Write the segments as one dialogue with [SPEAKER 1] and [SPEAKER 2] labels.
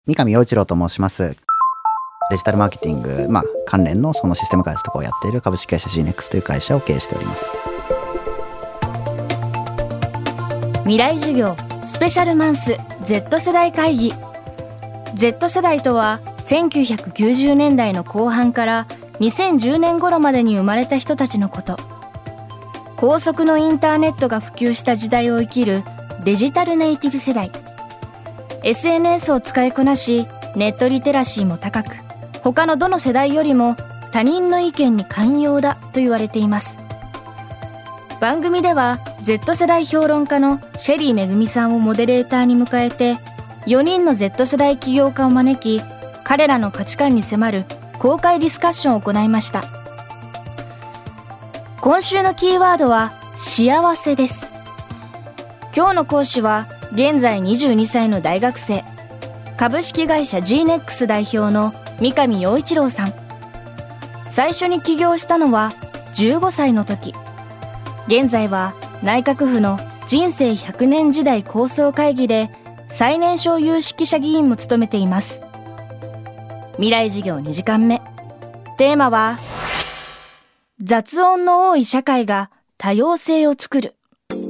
[SPEAKER 1] 三上陽一郎と申します。デジタルマーケティング、関連のそのシステム開発とかをやっている株式会社 GNEX という会社を経営しております。
[SPEAKER 2] 未来授業スペシャルマンス Z 世代会議。 Z 世代とは1990年代の後半から2010年頃までに生まれた人たちのこと。高速のインターネットが普及した時代を生きるデジタルネイティブ世代。 SNS を使いこなし、ネットリテラシーも高く、他のどの世代よりも他人の意見に寛容だと言われています。番組では Z 世代評論家のシェリーめぐみさんをモデレーターに迎えて、4人の Z 世代起業家を招き、彼らの価値観に迫る公開ディスカッションを行いました。今週のキーワードは幸せです。今日の講師は現在22歳の大学生、株式会社 GNEX 代表の三上陽一郎さん。最初に起業したのは15歳の時。現在は内閣府の人生100年時代構想会議で最年少有識者議員も務めています。未来授業2時間目。テーマは雑音の多い社会が多様性を作る。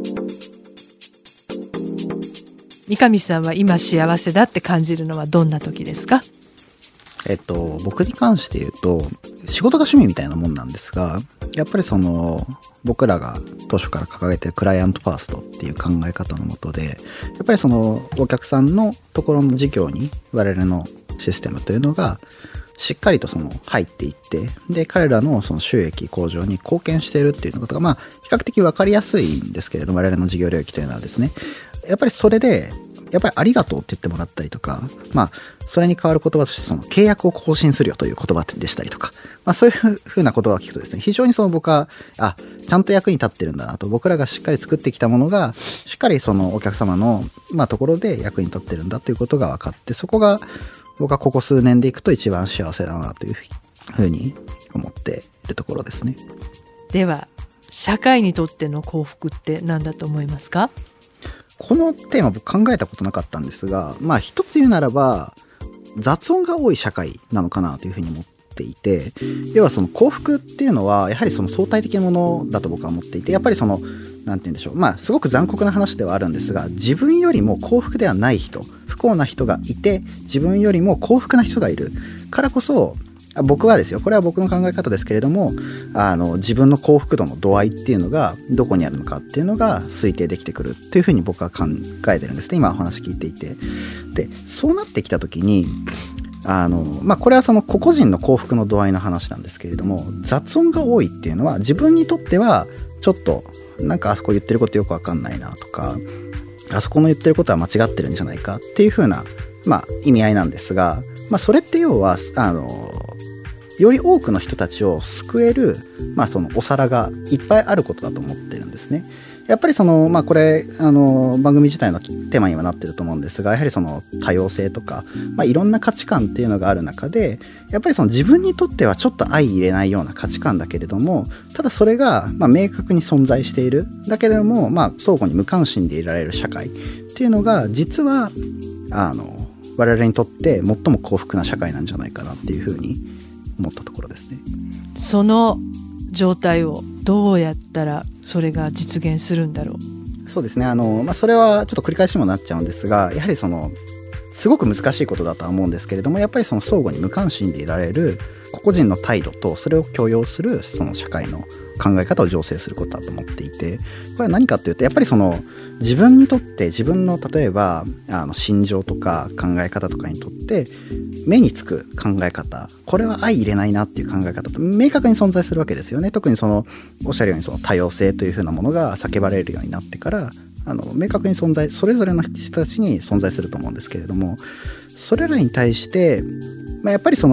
[SPEAKER 3] 三上さんは今幸せだって感じるのはどんな時ですか？
[SPEAKER 1] 僕に関して言うと仕事が趣味みたいなもんなんですが、やっぱり僕らが当初から掲げているクライアントファーストっていう考え方のもとで、やっぱりお客さんのところの事業に我々のシステムというのがしっかりと入っていって、で彼らの収益向上に貢献しているっていうことが比較的分かりやすいんですけれども、我々の事業領域というのはですね、やっぱりそれでやっぱりありがとうって言ってもらったりとか、それに代わる言葉として契約を更新するよという言葉でしたりとか、そういうふうな言葉を聞くとですね、非常に僕はちゃんと役に立ってるんだなと、僕らがしっかり作ってきたものがしっかりお客様のところで役に立ってるんだということが分かって、そこが僕はここ数年でいくと一番幸せだなというふうに思っているところですね。
[SPEAKER 3] では社会にとっての幸福って何だと思いますか？
[SPEAKER 1] このテーマ僕考えたことなかったんですが、一つ言うならば雑音が多い社会なのかなというふうに思っていて、要は幸福っていうのはやはり相対的なものだと僕は思っていて、やっぱりなんて言うんでしょう、すごく残酷な話ではあるんですが、自分よりも幸福ではない人、不幸な人がいて自分よりも幸福な人がいるからこそ、僕はですよ、これは僕の考え方ですけれども、自分の幸福度の度合いっていうのがどこにあるのかっていうのが推定できてくるというふうに僕は考えてるんですね、今お話聞いていて。でそうなってきた時にこれは個々人の幸福の度合いの話なんですけれども、雑音が多いっていうのは自分にとってはちょっとあそこ言ってることよくわかんないなとか、あそこの言ってることは間違ってるんじゃないかっていうふうな意味合いなんですが、それって要はより多くの人たちを救える、お皿がいっぱいあることだと思ってるんですね。やっぱりこれ番組自体のテーマにはなってると思うんですが、やはり多様性とか、いろんな価値観っていうのがある中で、やっぱり自分にとってはちょっと相入れないような価値観だけれども、ただそれが明確に存在しているだけれども、相互に無関心でいられる社会っていうのが実は我々にとって最も幸福な社会なんじゃないかなっていうふうに思ったところですね。
[SPEAKER 3] その状態をどうやったらそれが実現するんだろう？
[SPEAKER 1] そうですね、それはちょっと繰り返しにもなっちゃうんですが、やはりすごく難しいことだとは思うんですけれども、やっぱり相互に無関心でいられる個々人の態度とそれを許容する社会の考え方を醸成することだと思っていて、これは何かというと、やっぱり自分にとって自分の例えば心情とか考え方とかにとって目につく考え方、これは相入れないなっていう考え方と明確に存在するわけですよね。特におっしゃるように多様性というふうなものが叫ばれるようになってから明確に存在、それぞれの人たちに存在すると思うんですけれども、それらに対して、やっぱり我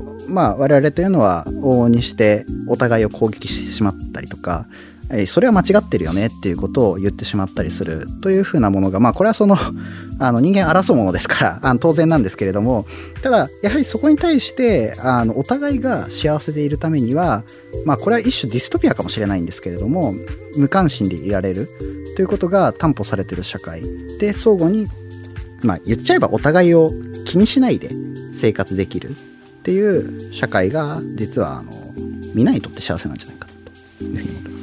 [SPEAKER 1] 々というのは往々にしてお互いを攻撃してしまったりとか、それは間違ってるよねっていうことを言ってしまったりするというふうなものが、これは人間争うものですから当然なんですけれども、ただやはりそこに対してお互いが幸せでいるためには、これは一種ディストピアかもしれないんですけれども、無関心でいられるということが担保されている社会で相互に言っちゃえばお互いを気にしないで生活できるっていう社会が実はみんなにとって幸せなんじゃないかなというふうに思ってます。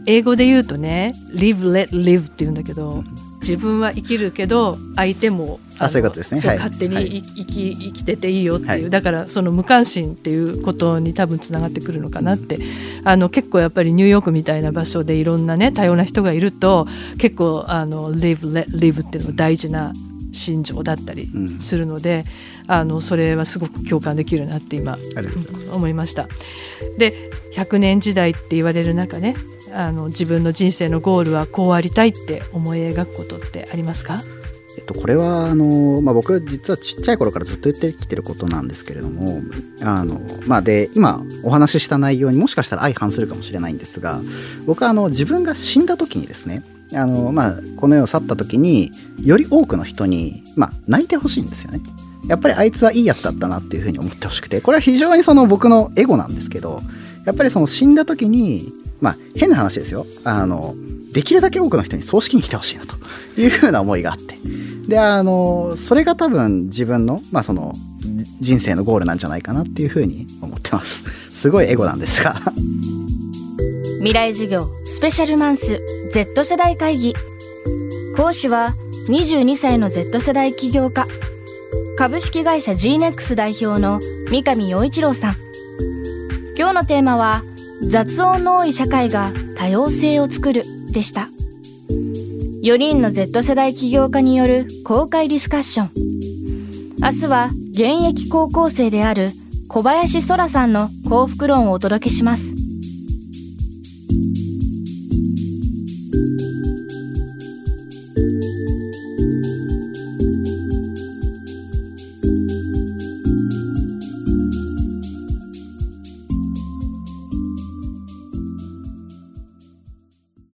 [SPEAKER 3] 英語で言うとね live let live って言うんだけど、自分は生きるけど相手も
[SPEAKER 1] そういうことですね、
[SPEAKER 3] 勝手に生きてていいよっていう、だからその無関心っていうことに多分つながってくるのかなって、結構やっぱりニューヨークみたいな場所でいろんなね多様な人がいると結構live let liveっていうのが大事な心情だったりするので、それはすごく共感できるなって今思いました。で100年時代って言われる中ね、自分の人生のゴールはこうありたいって思い描くことってありますか？
[SPEAKER 1] これは僕実はちっちゃい頃からずっと言ってきてることなんですけれども、で今お話しした内容にもしかしたら相反するかもしれないんですが、僕は自分が死んだ時にですね、この世を去った時により多くの人に、泣いてほしいんですよね。やっぱりあいつはいいやつだったなっていうふうに思ってほしくて、これは非常に僕のエゴなんですけど、やっぱり死んだ時に変な話ですよ、できるだけ多くの人に葬式に来てほしいなというふうな思いがあって、でそれが多分自分の、人生のゴールなんじゃないかなっていうふうに思ってます。すごいエゴなんですが
[SPEAKER 2] 未来授業スペシャルマンス Z 世代会議、講師は22歳の Z 世代起業家、株式会社 G-NEX 代表の三上洋一郎さん。今日のテーマは雑音の多い社会が多様性を作るでした。4人の Z 世代起業家による公開ディスカッション。明日は現役高校生である小林空さんの幸福論をお届けします。